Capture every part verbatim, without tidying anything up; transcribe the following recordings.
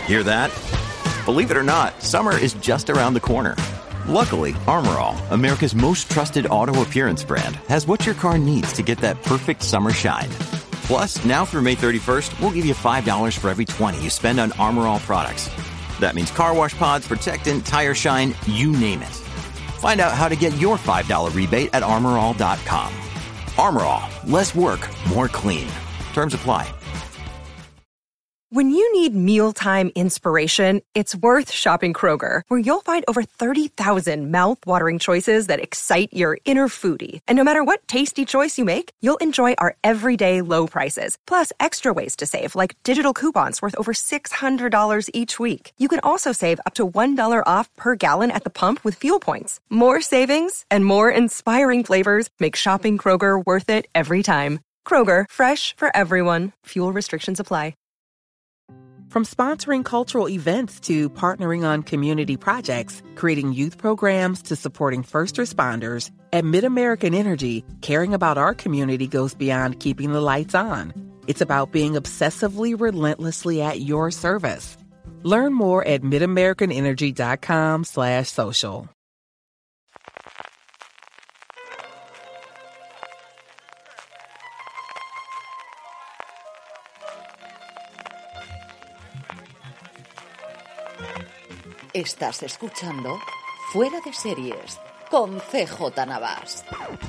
Hear that? Believe it or not, summer is just around the corner. Luckily, Armor All, America's most trusted auto appearance brand, has what your car needs to get that perfect summer shine. Plus, now through May thirty-first, we'll give you five dollars for every twenty you spend on Armor All products. That means car wash pods, protectant, tire shine, you name it. Find out how to get your five dollars rebate at armor all dot com. Armor All, less work, more clean. Terms apply. When you need mealtime inspiration, it's worth shopping Kroger, where you'll find over thirty thousand mouth-watering choices that excite your inner foodie. And no matter what tasty choice you make, you'll enjoy our everyday low prices, plus extra ways to save, like digital coupons worth over six hundred dollars each week. You can also save up to one dollar off per gallon at the pump with fuel points. More savings and more inspiring flavors make shopping Kroger worth it every time. Kroger, fresh for everyone. Fuel restrictions apply. From sponsoring cultural events to partnering on community projects, creating youth programs to supporting first responders, at MidAmerican Energy, caring about our community goes beyond keeping the lights on. It's about being obsessively relentlessly at your service. Learn more at midamericanenergy.com slash social. Estás escuchando Fuera de Series con C J Navas.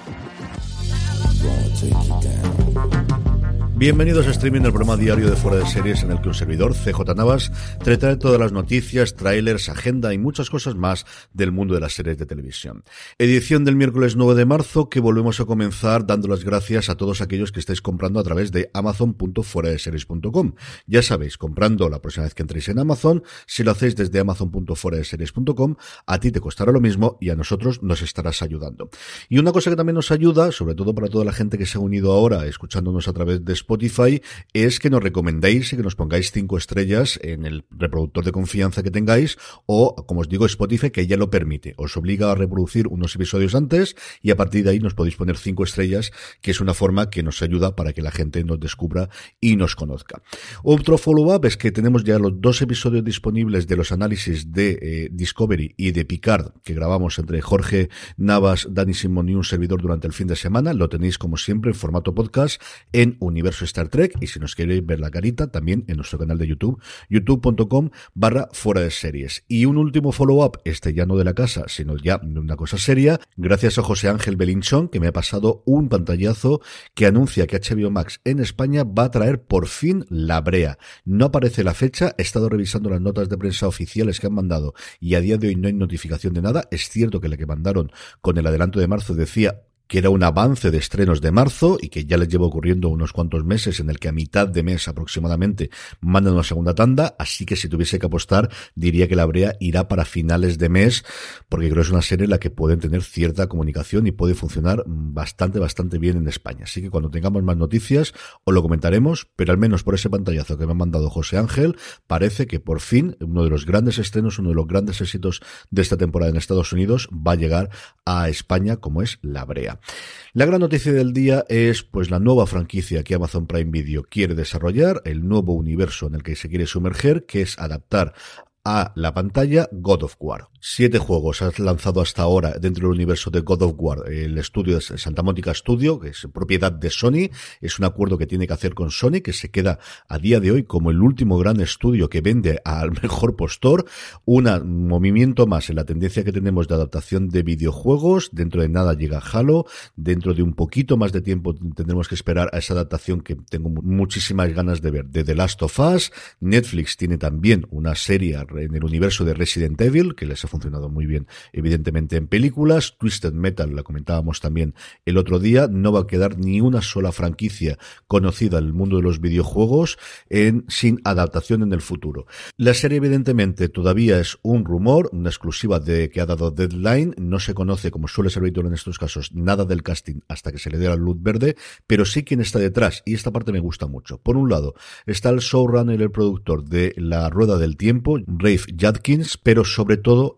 Bienvenidos a Streaming, el programa diario de Fuera de Series en el que un servidor, C J Navas, te trae todas las noticias, trailers, agenda y muchas cosas más del mundo de las series de televisión. Edición del miércoles nueve de marzo, que volvemos a comenzar dando las gracias a todos aquellos que estáis comprando a través de amazon punto fuera de series punto com. Ya sabéis, comprando la próxima vez que entréis en Amazon, si lo hacéis desde amazon punto fuera de series punto com, a ti te costará lo mismo y a nosotros nos estarás ayudando. Y una cosa que también nos ayuda, sobre todo para toda la gente que se ha unido ahora escuchándonos a través de Spotify, es que nos recomendéis y que nos pongáis cinco estrellas en el reproductor de confianza que tengáis, o, como os digo, Spotify, que ya lo permite. Os obliga a reproducir unos episodios antes y a partir de ahí nos podéis poner cinco estrellas, que es una forma que nos ayuda para que la gente nos descubra y nos conozca. Otro follow-up es que tenemos ya los dos episodios disponibles de los análisis de eh, Discovery y de Picard que grabamos entre Jorge Navas, Dani Simón y un servidor durante el fin de semana. Lo tenéis, como siempre, en formato podcast en Universo Star Trek, y si nos queréis ver la carita, también en nuestro canal de YouTube, youtube punto com barra fuera de series. Y un último follow-up, este ya no de la casa, sino ya de una cosa seria, gracias a José Ángel Belinchón, que me ha pasado un pantallazo que anuncia que H B O Max en España va a traer por fin La Brea. No aparece la fecha, he estado revisando las notas de prensa oficiales que han mandado y a día de hoy no hay notificación de nada. Es cierto que la que mandaron con el adelanto de marzo decía que era un avance de estrenos de marzo y que ya les lleva ocurriendo unos cuantos meses en el que a mitad de mes aproximadamente mandan una segunda tanda, así que si tuviese que apostar diría que La Brea irá para finales de mes, porque creo que es una serie en la que pueden tener cierta comunicación y puede funcionar bastante, bastante bien en España. Así que cuando tengamos más noticias os lo comentaremos, pero al menos por ese pantallazo que me ha mandado José Ángel, parece que por fin uno de los grandes estrenos, uno de los grandes éxitos de esta temporada en Estados Unidos va a llegar a España, como es La Brea. La gran noticia del día es pues la nueva franquicia que Amazon Prime Video quiere desarrollar, el nuevo universo en el que se quiere sumerger, que es adaptar a la pantalla God of War. Siete juegos has lanzado hasta ahora dentro del universo de God of War. El estudio es Santa Mónica Studio, que es propiedad de Sony. Es un acuerdo que tiene que hacer con Sony, que se queda a día de hoy como el último gran estudio que vende al mejor postor. Un movimiento más en la tendencia que tenemos de adaptación de videojuegos. Dentro de nada llega Halo. Dentro de un poquito más de tiempo tendremos que esperar a esa adaptación que tengo muchísimas ganas de ver, de The Last of Us. Netflix tiene también una serie en el universo de Resident Evil, que les ha funcionado muy bien, evidentemente, en películas. Twisted Metal, la comentábamos también el otro día, no va a quedar ni una sola franquicia conocida en el mundo de los videojuegos en, sin adaptación en el futuro. La serie, evidentemente, todavía es un rumor, una exclusiva de que ha dado Deadline. No se conoce, como suele ser habitual en estos casos, nada del casting hasta que se le dé la luz verde, pero sí quién está detrás, y esta parte me gusta mucho. Por un lado, está el showrunner y el productor de La Rueda del Tiempo, Rafe Judkins, pero sobre todo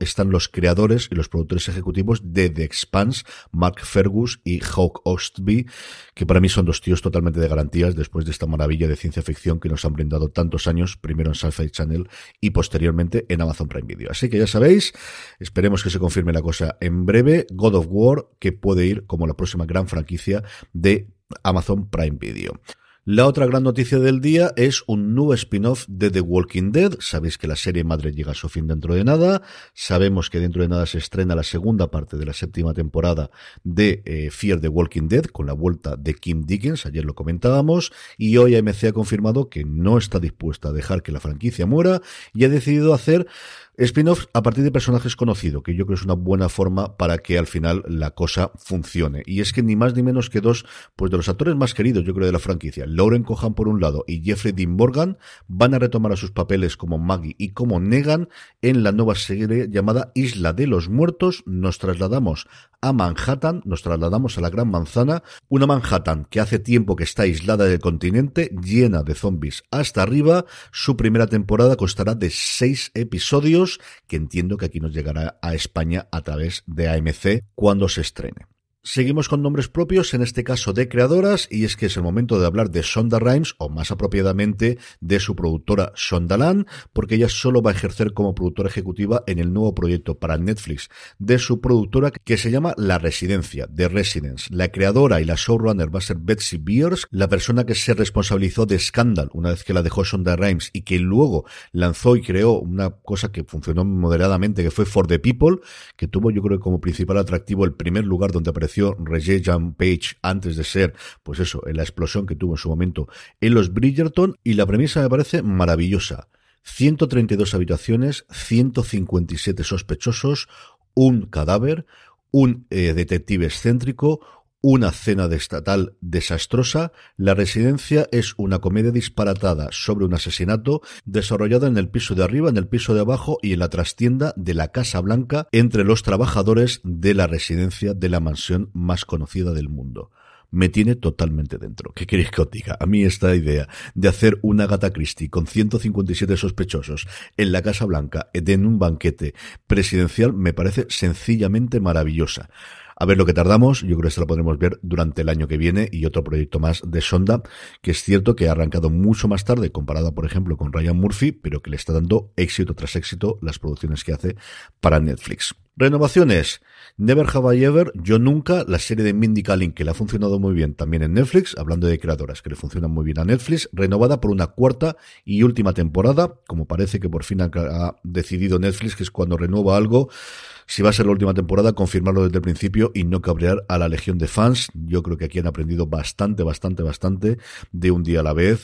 están los creadores y los productores ejecutivos de The Expanse, Mark Fergus y Hawk Ostby, que para mí son dos tíos totalmente de garantías después de esta maravilla de ciencia ficción que nos han brindado tantos años, primero en Sci-Fi Channel y posteriormente en Amazon Prime Video. Así que ya sabéis, esperemos que se confirme la cosa en breve. God of War, que puede ir como la próxima gran franquicia de Amazon Prime Video. La otra gran noticia del día es un nuevo spin-off de The Walking Dead. Sabéis que la serie madre llega a su fin dentro de nada. Sabemos que dentro de nada se estrena la segunda parte de la séptima temporada de eh, Fear the Walking Dead, con la vuelta de Kim Dickens, ayer lo comentábamos, y hoy A M C ha confirmado que no está dispuesta a dejar que la franquicia muera y ha decidido hacer spin-offs a partir de personajes conocidos, que yo creo es una buena forma para que al final la cosa funcione. Y es que ni más ni menos que dos pues de los actores más queridos, yo creo, de la franquicia, Lauren Cohan por un lado y Jeffrey Dean Morgan, van a retomar a sus papeles como Maggie y como Negan en la nueva serie llamada Isla de los Muertos. Nos trasladamos a Manhattan, nos trasladamos a la Gran Manzana, una Manhattan que hace tiempo que está aislada del continente, llena de zombies hasta arriba. Su primera temporada constará de seis episodios, que entiendo que aquí nos llegará a España a través de A M C cuando se estrene. Seguimos con nombres propios, en este caso de creadoras, y es que es el momento de hablar de Shonda Rhimes, o más apropiadamente de su productora Shondaland, porque ella solo va a ejercer como productora ejecutiva en el nuevo proyecto para Netflix de su productora, que se llama La Residencia, The Residence. La creadora y la showrunner va a ser Betsy Beers, la persona que se responsabilizó de Scandal una vez que la dejó Shonda Rhimes y que luego lanzó y creó una cosa que funcionó moderadamente, que fue For the People, que tuvo yo creo como principal atractivo el primer lugar donde apareció Regé-Jean Page antes de ser, pues eso, en la explosión que tuvo en su momento en los Bridgerton, y la premisa me parece maravillosa. ciento treinta y dos habitaciones, ciento cincuenta y siete sospechosos, un cadáver, un eh, detective excéntrico, una cena de estatal desastrosa. La Residencia es una comedia disparatada sobre un asesinato desarrollada en el piso de arriba, en el piso de abajo y en la trastienda de la Casa Blanca entre los trabajadores de la residencia de la mansión más conocida del mundo. Me tiene totalmente dentro. ¿Qué queréis que os diga? A mí esta idea de hacer una Agatha Christie con ciento cincuenta y siete sospechosos en la Casa Blanca en un banquete presidencial me parece sencillamente maravillosa. A ver lo que tardamos, yo creo que esto lo podremos ver durante el año que viene, y otro proyecto más de Shonda, que es cierto que ha arrancado mucho más tarde comparada, por ejemplo, con Ryan Murphy, pero que le está dando éxito tras éxito las producciones que hace para Netflix. Renovaciones. Never Have I Ever, Yo Nunca, la serie de Mindy Kaling, que le ha funcionado muy bien también en Netflix, hablando de creadoras que le funcionan muy bien a Netflix, renovada por una cuarta y última temporada, como parece que por fin ha, ha decidido Netflix, que es cuando renueva algo, si va a ser la última temporada, confirmarlo desde el principio y no cabrear a la legión de fans. Yo creo que aquí han aprendido bastante, bastante, bastante de Un Día a la Vez,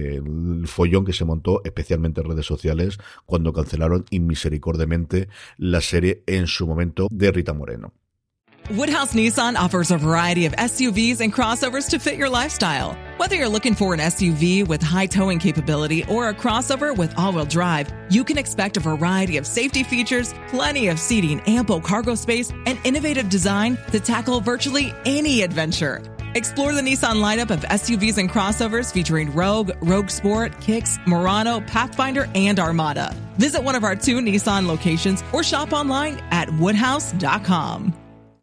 del follón que se montó, especialmente en redes sociales, cuando cancelaron inmisericordiamente la serie en su momento de Rita Moreno. Woodhouse Nissan offers a variety of S U Vs and crossovers to fit your lifestyle. Whether you're looking for an S U V with high towing capability or a crossover with all-wheel drive, you can expect a variety of safety features, plenty of seating, ample cargo space, and innovative design to tackle virtually any adventure. Explore the Nissan lineup of S U Vs and crossovers featuring Rogue, Rogue Sport, Kicks, Murano, Pathfinder, and Armada. Visit one of our two Nissan locations or shop online at woodhouse dot com.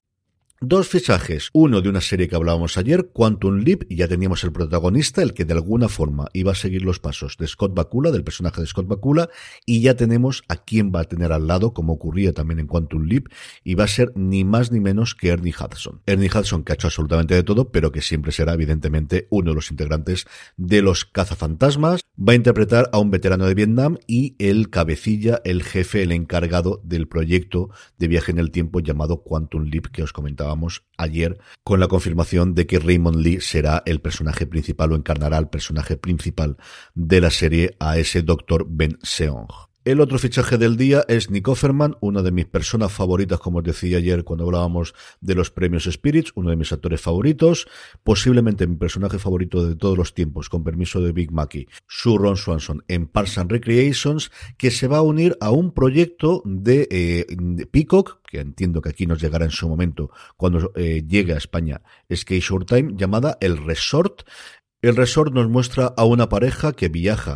Dos fichajes, uno de una serie que hablábamos ayer, Quantum Leap, y ya teníamos el protagonista, el que de alguna forma iba a seguir los pasos de Scott Bakula, del personaje de Scott Bakula, y ya tenemos a quien va a tener al lado, como ocurría también en Quantum Leap, y va a ser ni más ni menos que Ernie Hudson. Ernie Hudson, que ha hecho absolutamente de todo, pero que siempre será evidentemente uno de los integrantes de los cazafantasmas. Va a interpretar a un veterano de Vietnam y el cabecilla, el jefe, el encargado del proyecto de viaje en el tiempo llamado Quantum Leap, que os comentaba ayer, con la confirmación de que Raymond Lee será el personaje principal o encarnará al personaje principal de la serie, a ese doctor Ben Seong. El otro fichaje del día es Nick Offerman, una de mis personas favoritas, como os decía ayer cuando hablábamos de los premios Spirits, uno de mis actores favoritos, posiblemente mi personaje favorito de todos los tiempos, con permiso de Big Mackey, Sue Ron Swanson en Parks and Recreations, que se va a unir a un proyecto de, eh, de Peacock, que entiendo que aquí nos llegará en su momento cuando eh, llegue a España Sky Showtime, llamada El Resort. El Resort nos muestra a una pareja que viaja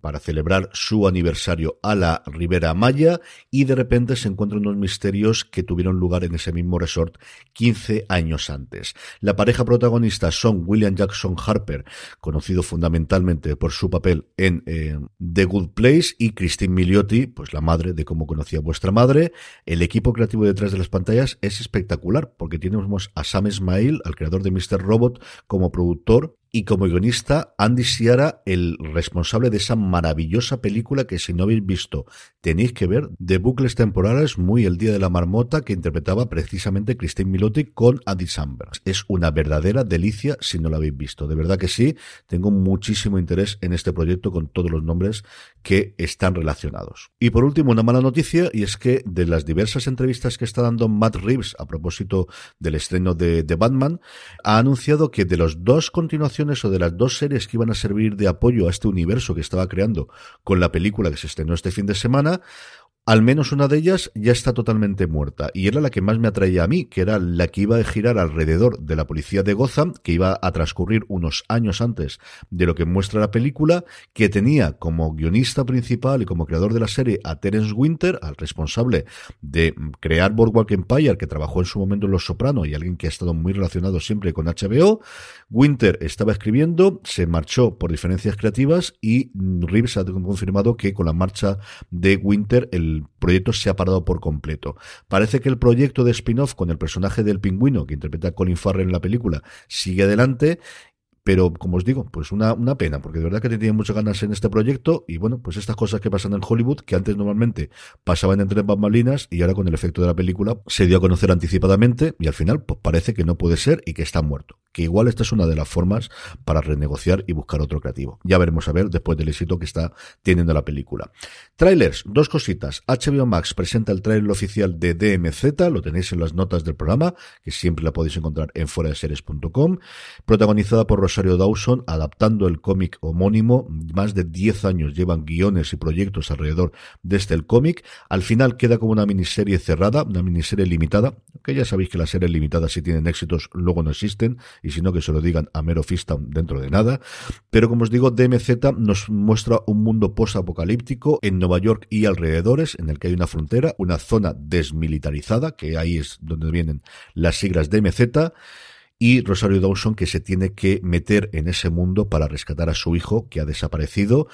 para celebrar su aniversario a la Ribera Maya, y de repente se encuentran unos misterios que tuvieron lugar en ese mismo resort quince años antes. La pareja protagonista son William Jackson Harper, conocido fundamentalmente por su papel en eh, The Good Place, y Christine Milioti, pues la madre de Cómo conocía vuestra madre. El equipo creativo detrás de las pantallas es espectacular, porque tenemos a Sam Esmail, al creador de míster Robot, como productor, y como guionista Andy Siara, el responsable de esa maravillosa película que, si no habéis visto, tenéis que ver, de bucles temporales, muy El Día de la Marmota, que interpretaba precisamente Christine Milioti con Andy Samberg. Es una verdadera delicia si no la habéis visto. De verdad que sí, tengo muchísimo interés en este proyecto con todos los nombres que están relacionados. Y por último, una mala noticia, y es que de las diversas entrevistas que está dando Matt Reeves a propósito del estreno de, de Batman, ha anunciado que de los dos continuaciones o de las dos series que iban a servir de apoyo a este universo que estaba creando con la película que se estrenó este fin de semana, al menos una de ellas ya está totalmente muerta, y era la que más me atraía a mí, que era la que iba a girar alrededor de la policía de Gotham, que iba a transcurrir unos años antes de lo que muestra la película, que tenía como guionista principal y como creador de la serie a Terence Winter, al responsable de crear Boardwalk Empire, que trabajó en su momento en Los Soprano y alguien que ha estado muy relacionado siempre con H B O. Winter estaba escribiendo, se marchó por diferencias creativas, y Reeves ha confirmado que con la marcha de Winter el El proyecto se ha parado por completo. Parece que el proyecto de spin-off con el personaje del Pingüino, que interpreta Colin Farrell en la película, sigue adelante. Pero, como os digo, pues una, una pena, porque de verdad que tenía muchas ganas en este proyecto, y bueno, pues estas cosas que pasan en Hollywood, que antes normalmente pasaban entre bambalinas, y ahora con el efecto de la película se dio a conocer anticipadamente, y al final pues parece que no puede ser y que está muerto. Que igual esta es una de las formas para renegociar y buscar otro creativo. Ya veremos a ver después del éxito que está teniendo la película. Trailers, dos cositas. H B O Max presenta el trailer oficial de D M Z, lo tenéis en las notas del programa, que siempre la podéis encontrar en fuera de series punto com, protagonizada por Rosario Dawson, adaptando el cómic homónimo. Más de diez años llevan guiones y proyectos alrededor de este el cómic. Al final queda como una miniserie cerrada, una miniserie limitada, que ya sabéis que las series limitadas, si tienen éxitos, luego no existen, y si no, que se lo digan a Mero Fistown dentro de nada. Pero como os digo, D M Z nos muestra un mundo post-apocalíptico en Nueva York y alrededores, en el que hay una frontera, una zona desmilitarizada, que ahí es donde vienen las siglas D M Z, y Rosario Dawson, que se tiene que meter en ese mundo para rescatar a su hijo, que ha desaparecido.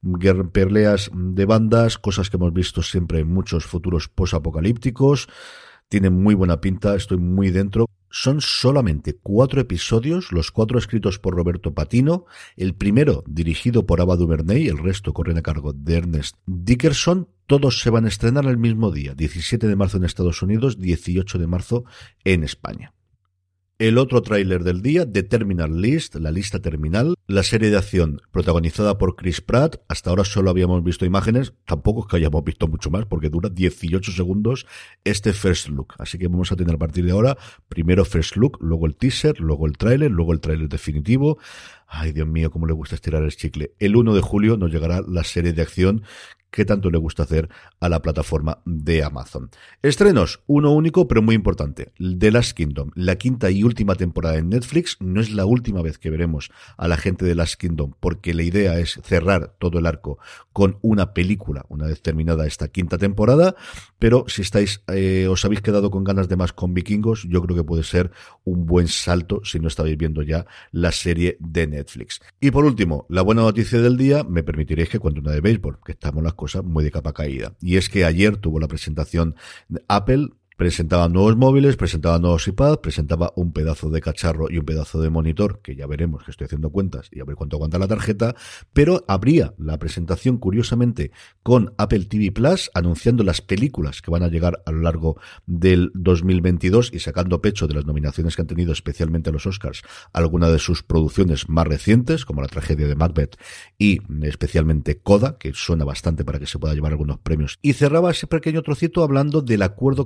Peleas de bandas, cosas que hemos visto siempre en muchos futuros post-apocalípticos. Tiene muy buena pinta, estoy muy dentro. Son solamente cuatro episodios, los cuatro escritos por Roberto Patino, el primero dirigido por Ava DuVernay, el resto corren a cargo de Ernest Dickerson. Todos se van a estrenar el mismo día, diecisiete de marzo en Estados Unidos, dieciocho de marzo en España. El otro tráiler del día, The Terminal List, la lista terminal, la serie de acción protagonizada por Chris Pratt. Hasta ahora solo habíamos visto imágenes, tampoco es que hayamos visto mucho más, porque dura dieciocho segundos este first look. Así que vamos a tener a partir de ahora, primero first look, luego el teaser, luego el tráiler, luego el tráiler definitivo. Ay, Dios mío, cómo le gusta estirar el chicle. El uno de julio nos llegará la serie de acción que tanto le gusta hacer a la plataforma de Amazon. Estrenos, uno único pero muy importante, The Last Kingdom, la quinta y última temporada en Netflix. No es la última vez que veremos a la gente de Last Kingdom, porque la idea es cerrar todo el arco con una película una vez terminada esta quinta temporada, pero si estáis eh, os habéis quedado con ganas de más con Vikingos, yo creo que puede ser un buen salto si no estabais viendo ya la serie de Netflix. Y por último, la buena noticia del día, me permitiréis que cuente una de béisbol, que estamos las cosas muy de capa caída, y es que ayer tuvo la presentación de Apple. Presentaba nuevos móviles, presentaba nuevos iPads, presentaba un pedazo de cacharro y un pedazo de monitor, que ya veremos, que estoy haciendo cuentas y a ver cuánto aguanta la tarjeta, pero abría la presentación, curiosamente, con Apple T V Plus, anunciando las películas que van a llegar a lo largo del dos mil veintidós y sacando pecho de las nominaciones que han tenido, especialmente a los Oscars, algunas de sus producciones más recientes, como La tragedia de Macbeth y especialmente Coda, que suena bastante para que se pueda llevar algunos premios. Y cerraba ese pequeño trocito hablando del acuerdo que ha llegado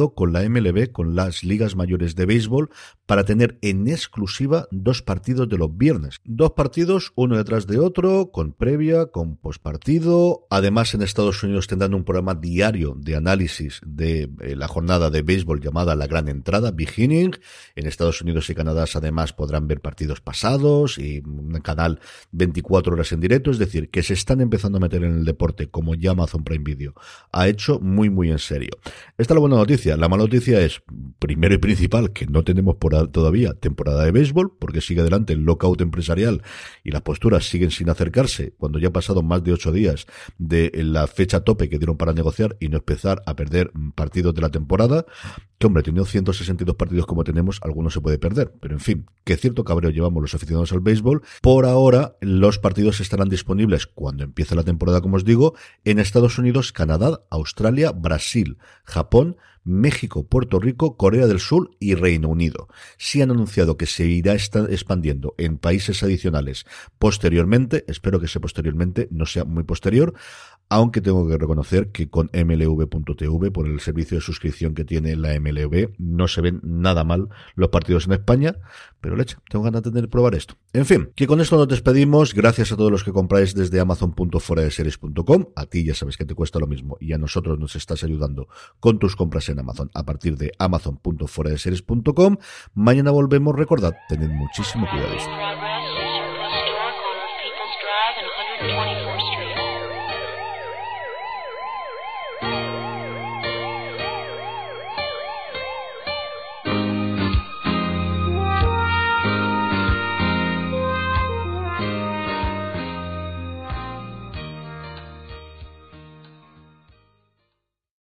negociado con la M L B, con las ligas mayores de béisbol, para tener en exclusiva dos partidos de los viernes. Dos partidos, uno detrás de otro, con previa, con postpartido. Además, en Estados Unidos tendrán un programa diario de análisis de eh, la jornada de béisbol llamada La Gran Entrada, Beginning. En Estados Unidos y Canadá, además, podrán ver partidos pasados y un canal veinticuatro horas en directo. Es decir, que se están empezando a meter en el deporte, como ya Amazon Prime Video ha hecho, muy, muy en serio. Esta es la buena noticia. La mala noticia es, primero y principal, que no tenemos por todavía temporada de béisbol, porque sigue adelante el lockout empresarial y las posturas siguen sin acercarse, cuando ya ha pasado más de ocho días de la fecha tope que dieron para negociar y no empezar a perder partidos de la temporada, que hombre, teniendo ciento sesenta y dos partidos como tenemos, algunos se puede perder, pero en fin, que cierto cabreo llevamos los aficionados al béisbol. Por ahora, los partidos estarán disponibles cuando empiece la temporada, como os digo, en Estados Unidos, Canadá, Australia, Brasil, Japón, México, Puerto Rico, Corea del Sur y Reino Unido. Sí han anunciado que se irá expandiendo en países adicionales posteriormente. Espero que ese posteriormente no sea muy posterior, aunque tengo que reconocer que con M L V punto T V, por el servicio de suscripción que tiene la M L B, no se ven nada mal los partidos en España, pero leche, tengo ganas de tener probar esto. En fin, que con esto nos despedimos. Gracias a todos los que compráis desde amazon punto fuera de series punto com. A ti ya sabes que te cuesta lo mismo y a nosotros nos estás ayudando con tus compras en Amazon a partir de amazon punto fuera de series punto com. Mañana volvemos. Recordad, tened muchísimo cuidado.